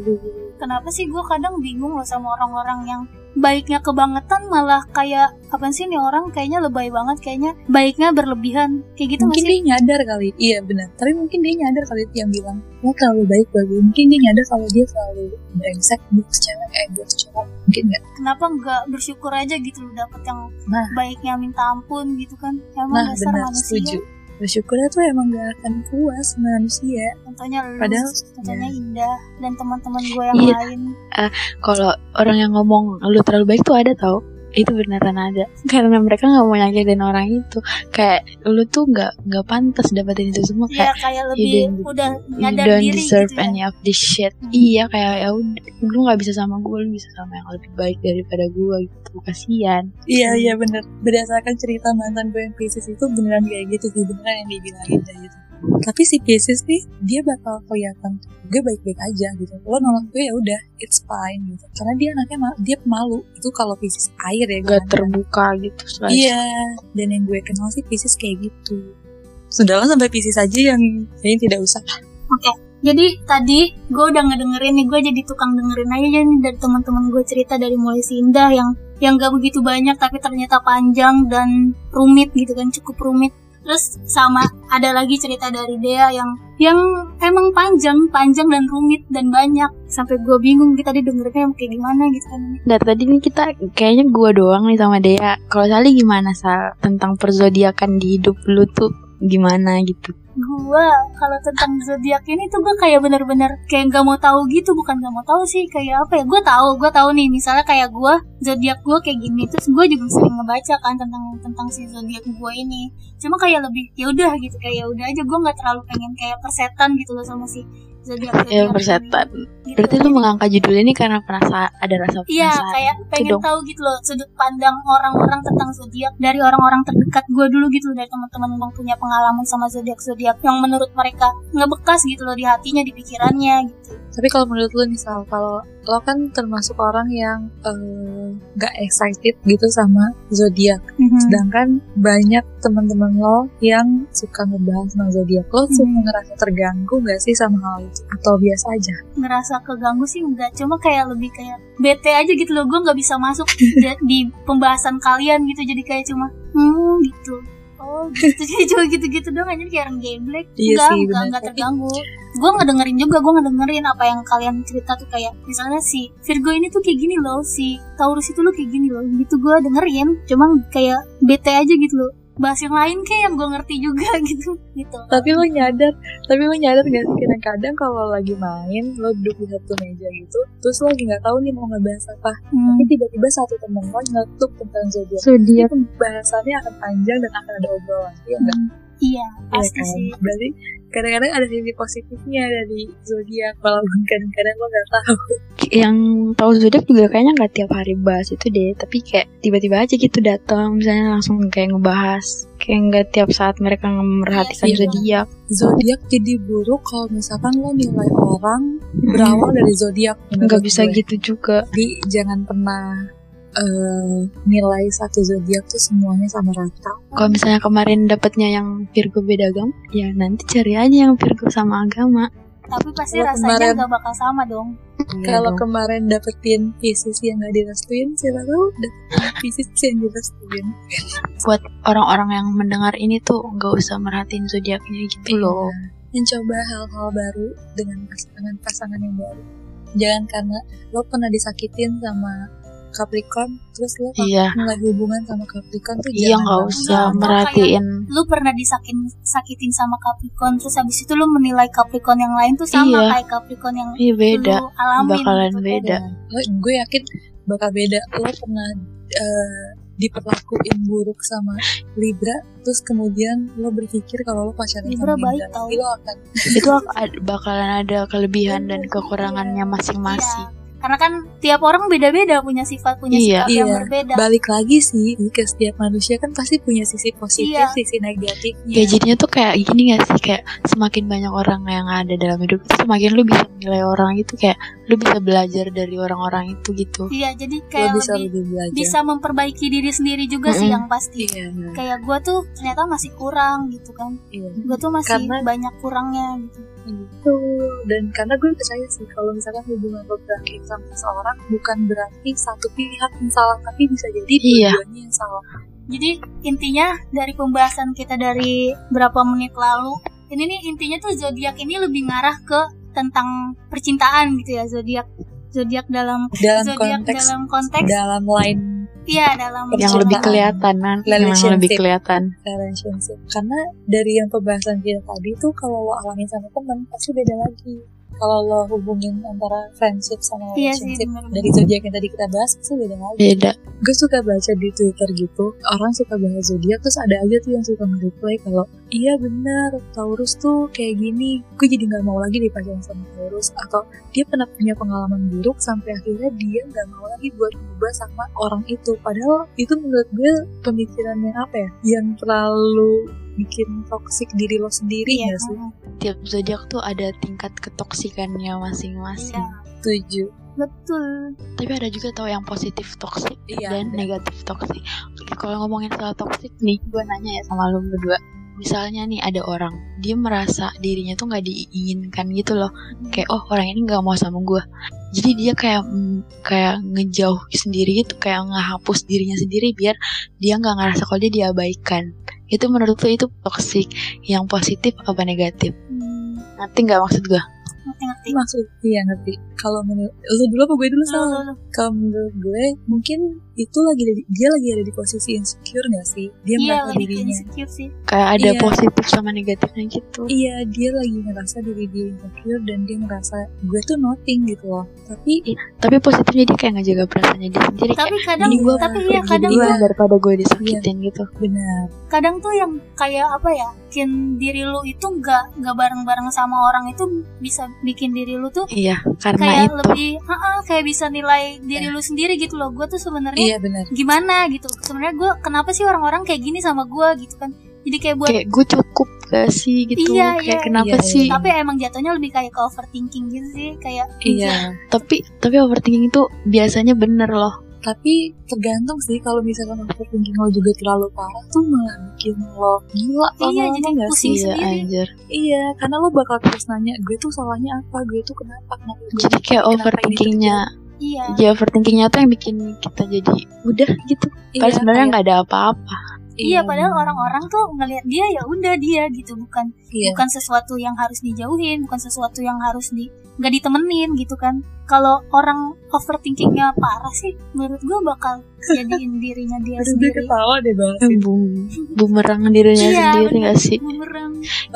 Kenapa sih gue kadang bingung loh sama orang-orang yang baiknya kebangetan, malah kayak apa sih nih orang kayaknya lebay banget, kayaknya baiknya berlebihan kayak gitu. Mungkin dia nyadar kali. Iya benar, tapi mungkin dia nyadar kali itu yang bilang lo terlalu baik bagi. Mungkin dia nyadar kalau dia selalu brengsek buat cewek buat cowok. Mungkin nggak. Kenapa nggak bersyukur aja gitu lo dapet yang baiknya minta ampun gitu kan. Emang dasar benar, manusia. Setuju. Bersyukurnya tuh emang gak akan puas manusia. Contohnya lu, padahal contohnya Indah dan teman-teman gue yang lain. Kalau orang yang ngomong lu terlalu baik tuh ada tau, itu beneran ada. Karena mereka nggak mau nyakitin orang itu. Kayak lu tuh nggak pantas dapetin itu semua. Kayak lebih udah nyadar diri gitu. You don't deserve any of this shit. Iya kayak ya udah, lu nggak bisa sama gue, lu bisa sama yang lebih baik daripada gue gitu. Kasian. Iya bener. Berdasarkan cerita mantan gue yang Pisces itu beneran kayak gitu sih, beneran yang dibilangin kayak gitu. Tapi si Pisces nih, dia bakal kelihatan gue baik-baik aja gitu. Lo nolak gue ya udah, it's fine gitu. Karena dia anaknya dia pemalu. Itu kalau Pisces air ya, gak terbuka gitu. Iya. Dan yang gue kenal sih Pisces kayak gitu. Sudahlah sampai Pisces aja yang tidak usah. Oke. Jadi tadi gue udah ngedengerin nih, gue jadi tukang dengerin aja nih dari teman-teman gue cerita, dari mulai si Indah yang gak begitu banyak tapi ternyata panjang dan rumit gitu kan, cukup rumit. Terus sama ada lagi cerita dari Dea yang emang panjang dan rumit dan banyak, sampai gue bingung kita tadi dengerinnya kayak gimana gitu kan. Dari tadi nih kita kayaknya gue doang nih sama Dea. Kalau Sally gimana Sal tentang perzodiakan di hidup lu tuh gimana gitu? Gue kalau tentang zodiak ini tuh gue kayak bener-bener kayak nggak mau tahu gitu, bukan nggak mau tahu sih, kayak apa ya, gue tahu nih misalnya kayak gue zodiak gue kayak gini, terus gue juga sering ngebaca kan tentang si zodiak gue ini, cuma kayak lebih ya udah gitu, kayak udah aja, gue nggak terlalu pengen kayak persetan gitu loh sama si zodiak persetan gitu. Berarti lu mengangkat judul ini karena ada rasa penasaran. Iya, kayak pengen tahu gitu loh sudut pandang orang-orang tentang zodiak dari orang-orang terdekat gue dulu gitu, dari teman-teman yang punya pengalaman sama zodiak yang menurut mereka ngebekas gitu loh di hatinya, di pikirannya gitu. Tapi kalau menurut lu nih Sal, kalau lo kan termasuk orang yang gak excited gitu sama zodiak, sedangkan banyak teman-teman lo yang suka ngebahas tentang zodiak, lo suka ngerasa terganggu gak sih sama hal itu, atau biasa aja? Ngerasa keganggu sih enggak, cuma kayak lebih kayak bete aja gitu loh, gue gak bisa masuk di pembahasan kalian gitu, jadi kayak cuma gitu. Oh gitu, jadi cuma gitu-gitu doang aja, kayak orang geblek. Enggak terganggu. Gue ngedengerin apa yang kalian cerita tuh, kayak misalnya si Virgo ini tuh kayak gini loh, si Taurus itu lo kayak gini loh, gitu gue dengerin, cuman kayak bete aja gitu loh. Bahas yang lain kayak yang gue ngerti juga gitu. Tapi lo nyadar gak sih kadang-kadang kalau lagi main lo duduk di satu meja gitu, terus lo lagi nggak tahu nih mau ngebahas apa, tapi tiba-tiba satu temen lo nyeletuk tentang zodiak. Pembahasannya akan panjang dan akan ada obrolan, iya nggak? Iya, pasti kan? sih. Berarti kadang-kadang ada sisi positifnya dari zodiak, walaupun kadang-kadang lo nggak tahu. Yang tahu zodiak juga kayaknya nggak tiap hari bahas itu deh, tapi kayak tiba-tiba aja gitu datang, misalnya langsung kayak ngebahas, kayak nggak tiap saat mereka memperhatikan zodiak. Zodiak jadi buruk kalau misalkan lo nilai orang berawal dari zodiak. Nggak bisa gitu juga. Jadi jangan pernah nilai satu zodiak tuh semuanya sama rata. Kalau misalnya kemarin dapatnya yang Virgo beda agama, ya nanti cari aja yang Virgo sama agama. Tapi pasti rasanya gak bakal sama dong. Kalau kemarin dapetin Pisces yang gak direstuin, siapa tahu dapetin Pisces yang direstuin. Buat orang-orang yang mendengar ini tuh gak usah merhatiin zodiaknya gitu loh. Mencoba hal-hal baru dengan pasangan yang baru. Jangan karena lo pernah disakitin sama Capricorn, terus lo Iya. mulai hubungan sama Capricorn tuh Iya, jangan nggak banget. usah Enggak, merhatiin. Lu pernah sakitin sama Capricorn, terus habis itu lu menilai Capricorn yang lain tuh sama Iya. kayak Capricorn yang Iya, beda. lu alamin Bakalan gitu kan. beda. Gue yakin bakal beda. Lo pernah diperlakuin buruk sama Libra, terus kemudian lo berpikir kalau lo pacaran Libra sama baik Libra, tau. lo akan Itu bakalan ada kelebihan dan kekurangannya masing-masing. Iya. Karena kan tiap orang beda-beda punya sifat, punya Iya. sikap yang Iya. berbeda. balik lagi sih ke setiap manusia kan pasti punya sisi positif, Iya. sisi negatifnya. Ya jadinya tuh kayak gini gak sih, kayak semakin banyak orang yang ada dalam hidup itu, semakin lu bisa menilai orang itu, kayak lu bisa belajar dari orang-orang itu gitu. Iya, jadi Lo kayak bisa lebih lebih belajar. bisa memperbaiki diri sendiri juga sih yang pasti. Iya. Kayak gue tuh ternyata masih kurang gitu kan. Iya. Gue tuh masih Karena- banyak kurangnya gitu. Gitu. Dan karena gue percaya sih kalau misalkan hubungan lo berakhir sama seseorang bukan berarti satu pihak yang salah, tapi bisa jadi Iya. dua-duanya yang salah. Jadi intinya dari pembahasan kita dari berapa menit lalu, ini nih intinya tuh zodiak ini lebih ngarah ke tentang percintaan gitu ya, zodiak dalam zodiak dalam konteks dalam line iya dalam Yang Percintaan. lebih kelihatan kan, yang Relationship. lebih kelihatan. relationship. Karena dari yang pembahasan kita tadi tuh kalau lo alamin sama temen pasti beda lagi. Kalau lo hubungin antara friendship sama Iya sih, relationship bener-bener. dari zodiak yang tadi kita bahas pasti beda lagi. Beda. Gue suka baca di Twitter gitu, orang suka bahas zodiak, terus ada aja tuh yang suka nge-reply kalau iya benar Taurus tuh kayak gini, gue jadi nggak mau lagi dipacarin sama Taurus, atau dia pernah punya pengalaman buruk sampai akhirnya dia nggak mau lagi buat berubah sama orang itu. Padahal itu menurut gue pemikiran yang apa ya, yang terlalu bikin toksik diri lo sendiri Iya. nggak sih? Tiap zodiak tuh ada tingkat ketoksikannya masing-masing. Iya, Setuju. betul. Tapi ada juga tau yang positif toksik Iya, dan ada. negatif toksik. Kalau ngomongin soal toksik nih, gue nanya ya sama lu berdua. Misalnya nih ada orang, dia merasa dirinya tuh nggak diinginkan gitu loh. Kayak oh orang ini nggak mau sama gue. Jadi dia kayak ngejauh sendiri gitu, kayak ngehapus dirinya sendiri biar dia nggak ngerasa kalau dia diabaikan. Itu menurut lu itu toksik yang positif apa negatif? Ngerti nggak maksud gue? Ngerti. Maksud iya ngerti. Kalau menurut lu dulu apa gue dulu salah? Lu. Kalau menurut gue mungkin itu dia lagi ada di posisi insecure nggak sih? Dia Iya, merasa lebih ke dirinya. insecure sih. Kayak ada Iya. positif sama negatifnya gitu. Iya, dia lagi ngerasa diri dia insecure dan dia ngerasa gue tuh nothing gitu loh. Tapi positifnya dia kayak ngejaga perasaannya dia sendiri. Tapi Kayak, kadang ini gue tapi iya pergi kadang duluan iya. daripada gue disakitin gitu. benar. kadang tuh yang kayak apa ya, bikin diri lu itu nggak bareng-bareng sama orang itu bisa bikin diri lu tuh Iya, karena kayak itu. lebih kayak bisa nilai diri lu sendiri gitu loh. Gue tuh sebenarnya Iya benar. gimana gitu, sebenarnya gue kenapa sih orang-orang kayak gini sama gue gitu kan. Jadi kayak buat Kayak gue cukup gak sih gitu. Iya, Kayak iya. kenapa Iya, sih? tapi emang jatuhnya lebih kayak ke overthinking gitu sih, kayak Iya. Tapi overthinking itu biasanya bener loh. Tapi tergantung sih, kalau misalkan overthinking lo juga terlalu parah tuh malah bikin lo gila. Iya, lama-lama jadi nggak pusing sih? Iya sendiri. anjir. Iya, karena lo bakal terus nanya gue tuh salahnya apa, gue tuh kenapa gue Jadi kayak kenapa ini overthinkingnya, iya. ya overthinkingnya tuh yang bikin kita jadi udah gitu. Iya, Padahal sebenarnya kayak- nggak ada apa-apa. Iya, padahal orang-orang tuh ngelihat dia ya udah dia gitu, bukan Iya. bukan sesuatu yang harus dijauhin, bukan sesuatu yang harus nggak ditemenin gitu kan. Kalau orang overthinkingnya parah sih, menurut gue bakal jadiin dirinya dia Aduh, gue sendiri. ketawa deh bahas Yang bumerang dirinya Iya, sendiri bener. gak sih? Bumerang.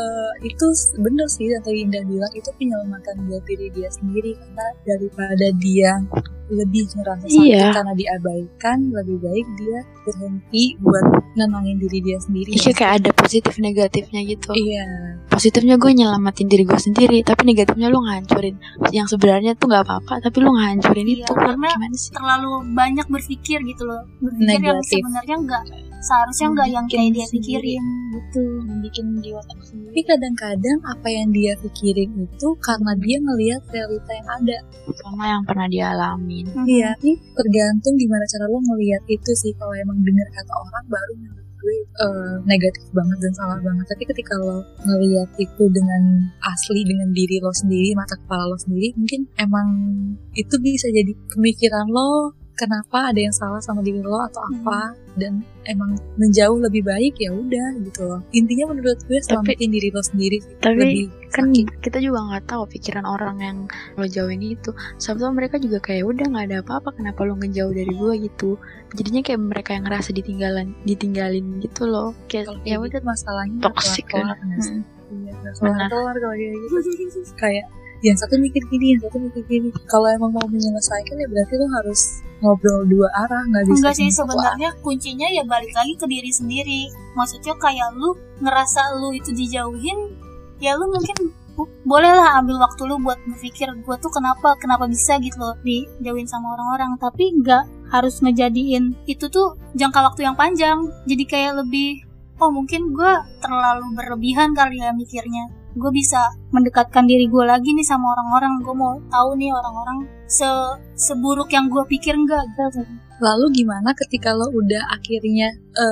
Itu bener sih yang tadi Indah bilang, itu penyelamatan buat diri dia sendiri, karena daripada dia lebih ngerasa sakit Iya. karena diabaikan, lebih baik dia berhenti buat nenangin diri dia sendiri. Iya kayak ada positif negatifnya gitu. Iya. Positifnya gue nyelamatin diri gue sendiri, tapi negatifnya lu ngancurin yang sebenarnya tuh nggak apa-apa, tapi lu ngancurin Iya, itu. karena Gimana sih? Terlalu banyak berpikir gitu loh, berpikir yang Negatif. sebenarnya seharusnya nggak yang kayak dia Sendiri. pikirin. Gitu. Bikin di otak sendiri. Tapi kadang-kadang apa yang dia pikirin itu karena dia ngelihat realita yang ada. Sama yang pernah dialamin. Iya. Ini tergantung gimana cara lo ngelihat itu sih. Kalau emang dengar kata orang baru menurut gue negatif banget dan salah banget. Tapi ketika lo ngelihat itu dengan asli, dengan diri lo sendiri, mata kepala lo sendiri, mungkin emang itu bisa jadi pemikiran lo. Kenapa ada yang salah sama diri lo atau apa? dan emang menjauh lebih baik, ya udah gitu loh. Intinya menurut gue selamatin diri lo sendiri sih. Tapi Lebih kan sakit. kita juga nggak tahu pikiran orang yang lo jauhin itu. Sebetulnya mereka juga kayak udah nggak ada apa-apa, kenapa lo ngejauh dari gue gitu. Jadinya kayak mereka yang ngerasa ditinggalin gitu loh. Kayak Kalau ya kayak udah gitu masalahnya toxic kelar kan. nggak sih? Iya, nggak Benar. kelar kalau kayak gitu. Kayak yang satu mikir gini, yang satu mikir gini. Kalau emang mau menyelesaikan ya berarti lo harus ngobrol dua arah, nggak bisa Enggak sih, cuma satu arah. sebenarnya kuncinya ya balik lagi ke diri sendiri. Maksudnya kayak lu ngerasa lu itu dijauhin, ya lu mungkin bolehlah ambil waktu lu buat berpikir gue tuh kenapa bisa gitu loh dijauhin sama orang-orang, tapi nggak harus ngejadiin itu tuh jangka waktu yang panjang. Jadi kayak lebih, oh mungkin gue terlalu berlebihan kali ya mikirnya, gue bisa mendekatkan diri gue lagi nih sama orang-orang, gue mau tahu nih orang-orang seburuk yang gue pikir enggak gitu. Lalu gimana ketika lo udah akhirnya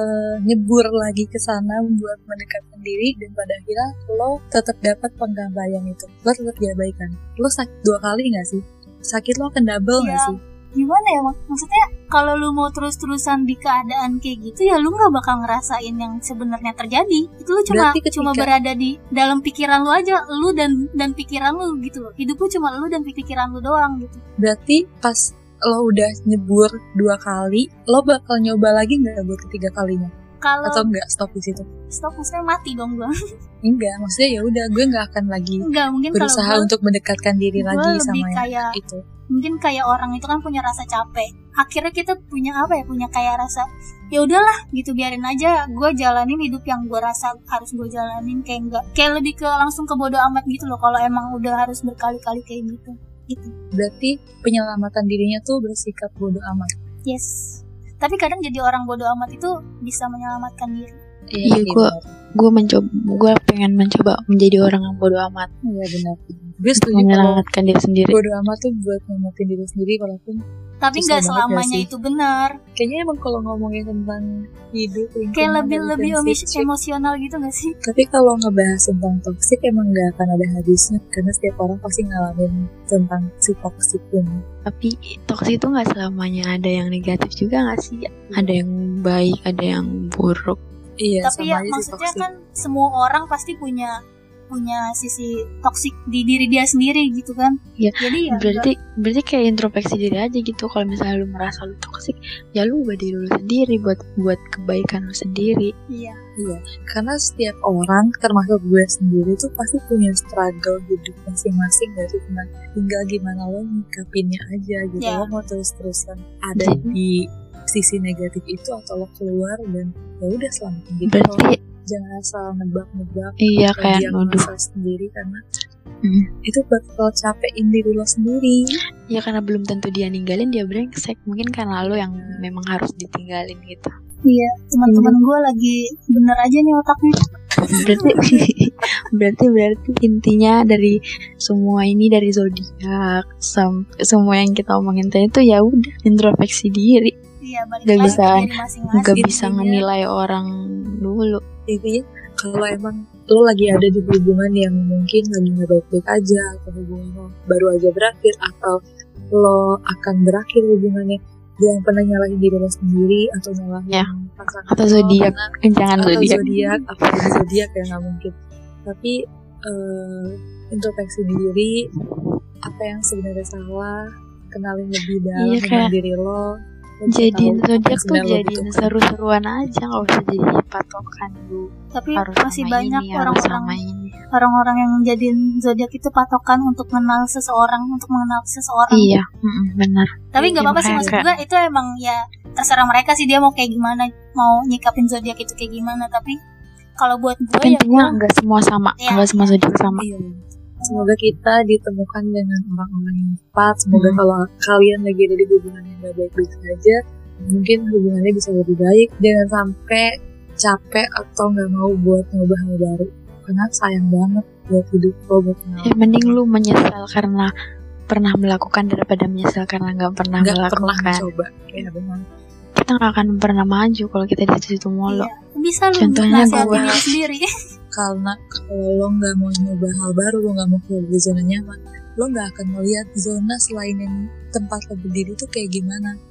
nyebur lagi ke sana buat mendekatkan diri dan pada akhirnya lo tetap dapat penggabaian itu, lo tetap diabaikan, lo sakit 2 kali nggak sih? Sakit lo akan double nggak sih? Gimana ya, maksudnya kalau lu mau terus-terusan di keadaan kayak gitu ya lu nggak bakal ngerasain yang sebenarnya terjadi. Itu lu cuma berada di dalam pikiran lu aja, lu dan pikiran lu gitu loh. Hidup lu cuma lu dan pikiran lu doang gitu. Berarti pas lo udah nyebur 2 kali, lo bakal nyoba lagi nggak buat ketiga kalinya? Atau enggak stop di situ? Stop, maksudnya mati dong gue. Enggak, maksudnya ya udah gue nggak akan lagi berusaha untuk mendekatkan diri lagi sama yang itu. Mungkin kayak orang itu kan punya rasa capek. Akhirnya kita punya punya kayak rasa ya udahlah gitu, biarin aja gue jalanin hidup yang gue rasa harus gue jalanin, kayak lebih ke langsung ke bodo amat gitu loh kalau emang udah harus berkali-kali kayak gitu. Berarti penyelamatan dirinya tuh bersikap bodo amat. Yes. Tapi kadang jadi orang bodo amat itu bisa menyelamatkan diri. Iya, gue pengen mencoba menjadi orang yang bodo amat. Iya benar. Gue setuju menyelamatkan diri sendiri. Bodo amat tuh buat nyelamatin diri sendiri, walaupun tapi nggak selamanya itu benar. Kayaknya emang kalau ngomongin tentang hidup kayak lebih emosional gitu nggak sih? Tapi kalau ngebahas tentang toksik emang nggak akan ada habisnya, karena setiap orang pasti ngalamin tentang si toksik ini. Tapi toksik itu nggak selamanya ada yang negatif juga nggak sih? Ada yang baik, ada yang buruk. Iya. Tapi ya maksudnya kan semua orang pasti punya sisi toksik di diri dia sendiri gitu kan. Iya. Jadi ya berarti kayak introspeksi diri aja gitu. Kalau misalnya lu merasa lu toksik, ya lu ubah diri lu sendiri buat kebaikan lu sendiri. Iya. Karena setiap orang, termasuk gue sendiri tuh pasti punya struggle hidup masing-masing, dari tinggal gimana lo nyikapinnya aja gitu. Lo mau terus-terusan ada di sisi negatif itu atau lo keluar dan ya udah selamatin gitu. Berarti jangan asal nebak-nebak. Iya, kayak nuduh sendiri, karena itu bakal capekin diri lo sendiri. Ya karena belum tentu dia ninggalin, dia brengsek. Mungkin karena lo yang memang harus ditinggalin gitu. Iya, teman-teman gue lagi bener aja nih otaknya. berarti intinya dari semua ini, dari zodiak semua yang kita omongin tadi itu ya udah introspeksi diri. Iya, gak bisa menilai orang dulu. Intinya kalau emang lo lagi ada di hubungan yang mungkin lagi gak baik-baik aja, atau hubungan lo baru aja berakhir, atau lo akan berakhir hubungannya, jangan pernah nyalahin diri lo sendiri atau nyalahin pasangan atau zodiak. Jangan zodiak ya, nggak mungkin. Tapi introspeksi diri, apa yang sebenarnya salah, kenalin lebih dalam tentang diri lo. Jadiin zodiak tuh jadiin seru-seruan aja, nggak usah jadi patokan lu. Tapi masih banyak orang-orang yang jadiin zodiak itu patokan untuk mengenal seseorang. Iya, benar. Tapi nggak apa-apa sih, maksud gue itu emang ya terserah mereka sih, dia mau kayak gimana, mau nyikapin zodiak itu kayak gimana. Tapi kalau buat gue ya nggak semua sama, nggak semua zodiak sama. Iya. Semoga kita ditemukan dengan orang-orang yang tepat. Semoga kalau kalian lagi ada di hubungan yang gak baik-baik saja, mungkin hubungannya bisa lebih baik. Jangan sampai capek atau gak mau buat nyoba hal baru, karena sayang banget buat hidup lo, buat kenal. Mending lu menyesal karena pernah melakukan daripada menyesal karena gak pernah coba. Ya benar. Kita gak akan pernah maju kalau kita di situ mulu. Bisa lu contohnya gue sendiri. Karena kalau lo gak mau nyoba hal baru, lo gak mau keluar dari zona nyaman, lo gak akan melihat zona selain yang tempat lo berdiri itu kayak gimana. Dan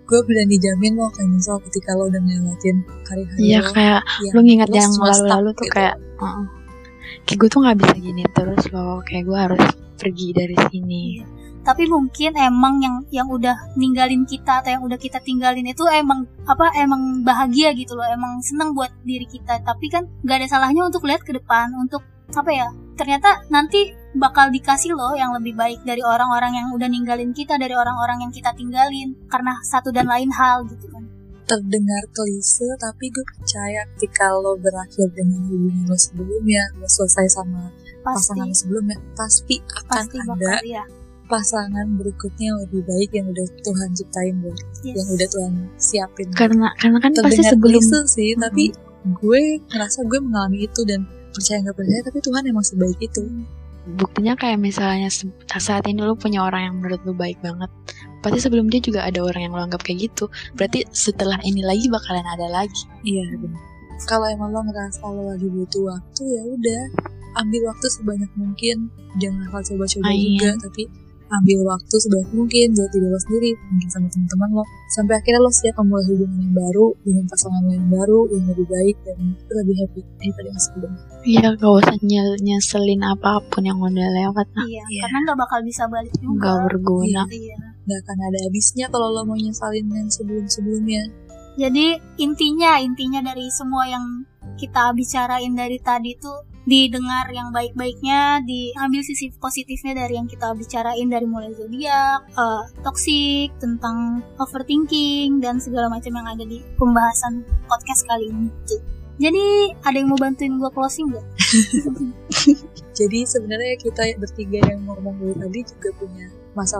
gue berani jamin lo akan nyesel ketika lo udah ngelewatin hari-hari Iya lo kayak yang lu nginget lo yang semua stuck lalu-lalu tuh gitu. kayak kayak gue tuh nggak bisa gini terus loh, kayak gue harus pergi dari sini. Tapi mungkin emang yang udah ninggalin kita atau yang udah kita tinggalin itu emang bahagia gitu loh, emang seneng buat diri kita. Tapi kan nggak ada salahnya untuk lihat ke depan, untuk ternyata nanti bakal dikasih loh yang lebih baik dari orang-orang yang udah ninggalin kita, dari orang-orang yang kita tinggalin karena satu dan lain hal gitu kan. Terdengar klise, tapi gue percaya ketika lo berakhir dengan hubungan lo sebelumnya, lo selesai sama pasangan sebelumnya, pasti akan ada pasangan berikutnya yang lebih baik yang udah Tuhan ciptain buat, yang udah Tuhan siapin. Karena kan terdengar pasti sebelum klise sih, tapi gue ngerasa gue mengalami itu dan percaya nggak percaya, tapi Tuhan emang sebaik itu. Buktinya kayak misalnya saat ini lo punya orang yang menurut lo baik banget, pasti sebelum dia juga ada orang yang lo anggap kayak gitu. Berarti setelah ini lagi bakalan ada lagi. Iya benar. Kalau emang lo ngerasa lo lagi butuh waktu, ya udah ambil waktu sebanyak mungkin. Jangan asal coba-coba juga, tapi ambil waktu sebanyak mungkin buat diri lo sendiri, mungkin sama teman-teman lo, sampai akhirnya lo siap memulai hubungan yang baru dengan pasangan lo yang baru yang lebih baik dan lebih happy daripada yang sebelumnya. Iya, gak usah nyeselin apapun yang udah lewat. Karena gak bakal bisa balik juga, gak berguna. Gak akan ada habisnya kalau lo mau nyesalin yang sebelum-sebelumnya. Jadi intinya dari semua yang kita bicarain dari tadi tuh didengar yang baik-baiknya, diambil sisi positifnya dari yang kita bicarain, dari mulai zodiak, toxic, tentang overthinking dan segala macam yang ada di pembahasan podcast kali ini tuh. Jadi ada yang mau bantuin gue closing gak? Jadi sebenarnya kita bertiga yang ngomong dulu tadi juga punya masalah.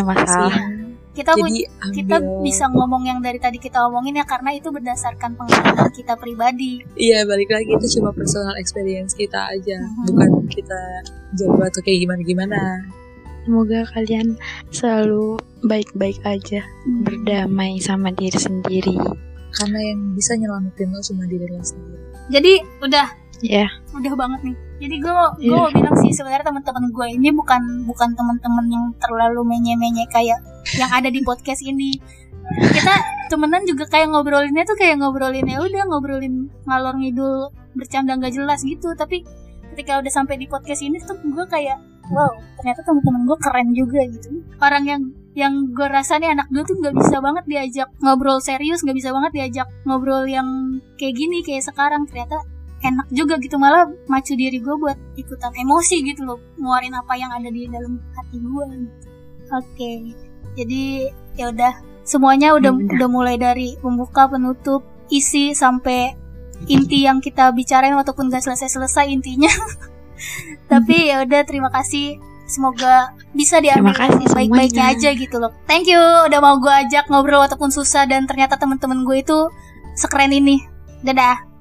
Kita bisa ngomong yang dari tadi kita omongin ya karena itu berdasarkan pengalaman kita pribadi. Iya, balik lagi itu cuma personal experience kita aja, bukan kita jago atau kayak gimana. Semoga kalian selalu baik-baik aja, berdamai sama diri sendiri. Karena yang bisa nyelamatin lo cuma diri lo sendiri. Jadi udah banget nih. Jadi gue mau bilang sih sebenarnya teman-teman gue ini bukan teman-teman yang terlalu menye-menye kayak yang ada di podcast ini. Kita temenan juga kayak ngobrolinnya tuh kayak ngobrolin ngalor ngidul, bercanda nggak jelas gitu. Tapi ketika udah sampai di podcast ini tuh gue kayak wow, ternyata teman-teman gue keren juga gitu. Orang yang gue rasa nih anak gue tuh nggak bisa banget diajak ngobrol serius, nggak bisa banget diajak ngobrol yang kayak gini kayak sekarang. Ternyata enak juga gitu, malah macu diri gue buat ikutan emosi gitu loh, ngeluarin apa yang ada di dalam hati gue gitu. Oke. Jadi ya udah semuanya udah mulai dari pembuka, penutup, isi sampai inti yang kita bicarain walaupun gak selesai intinya. Tapi ya udah, terima kasih. Semoga bisa diambil baik-baiknya aja gitu loh. Thank you udah mau gue ajak ngobrol walaupun susah, dan ternyata teman-teman gue itu sekeren ini. Dadah.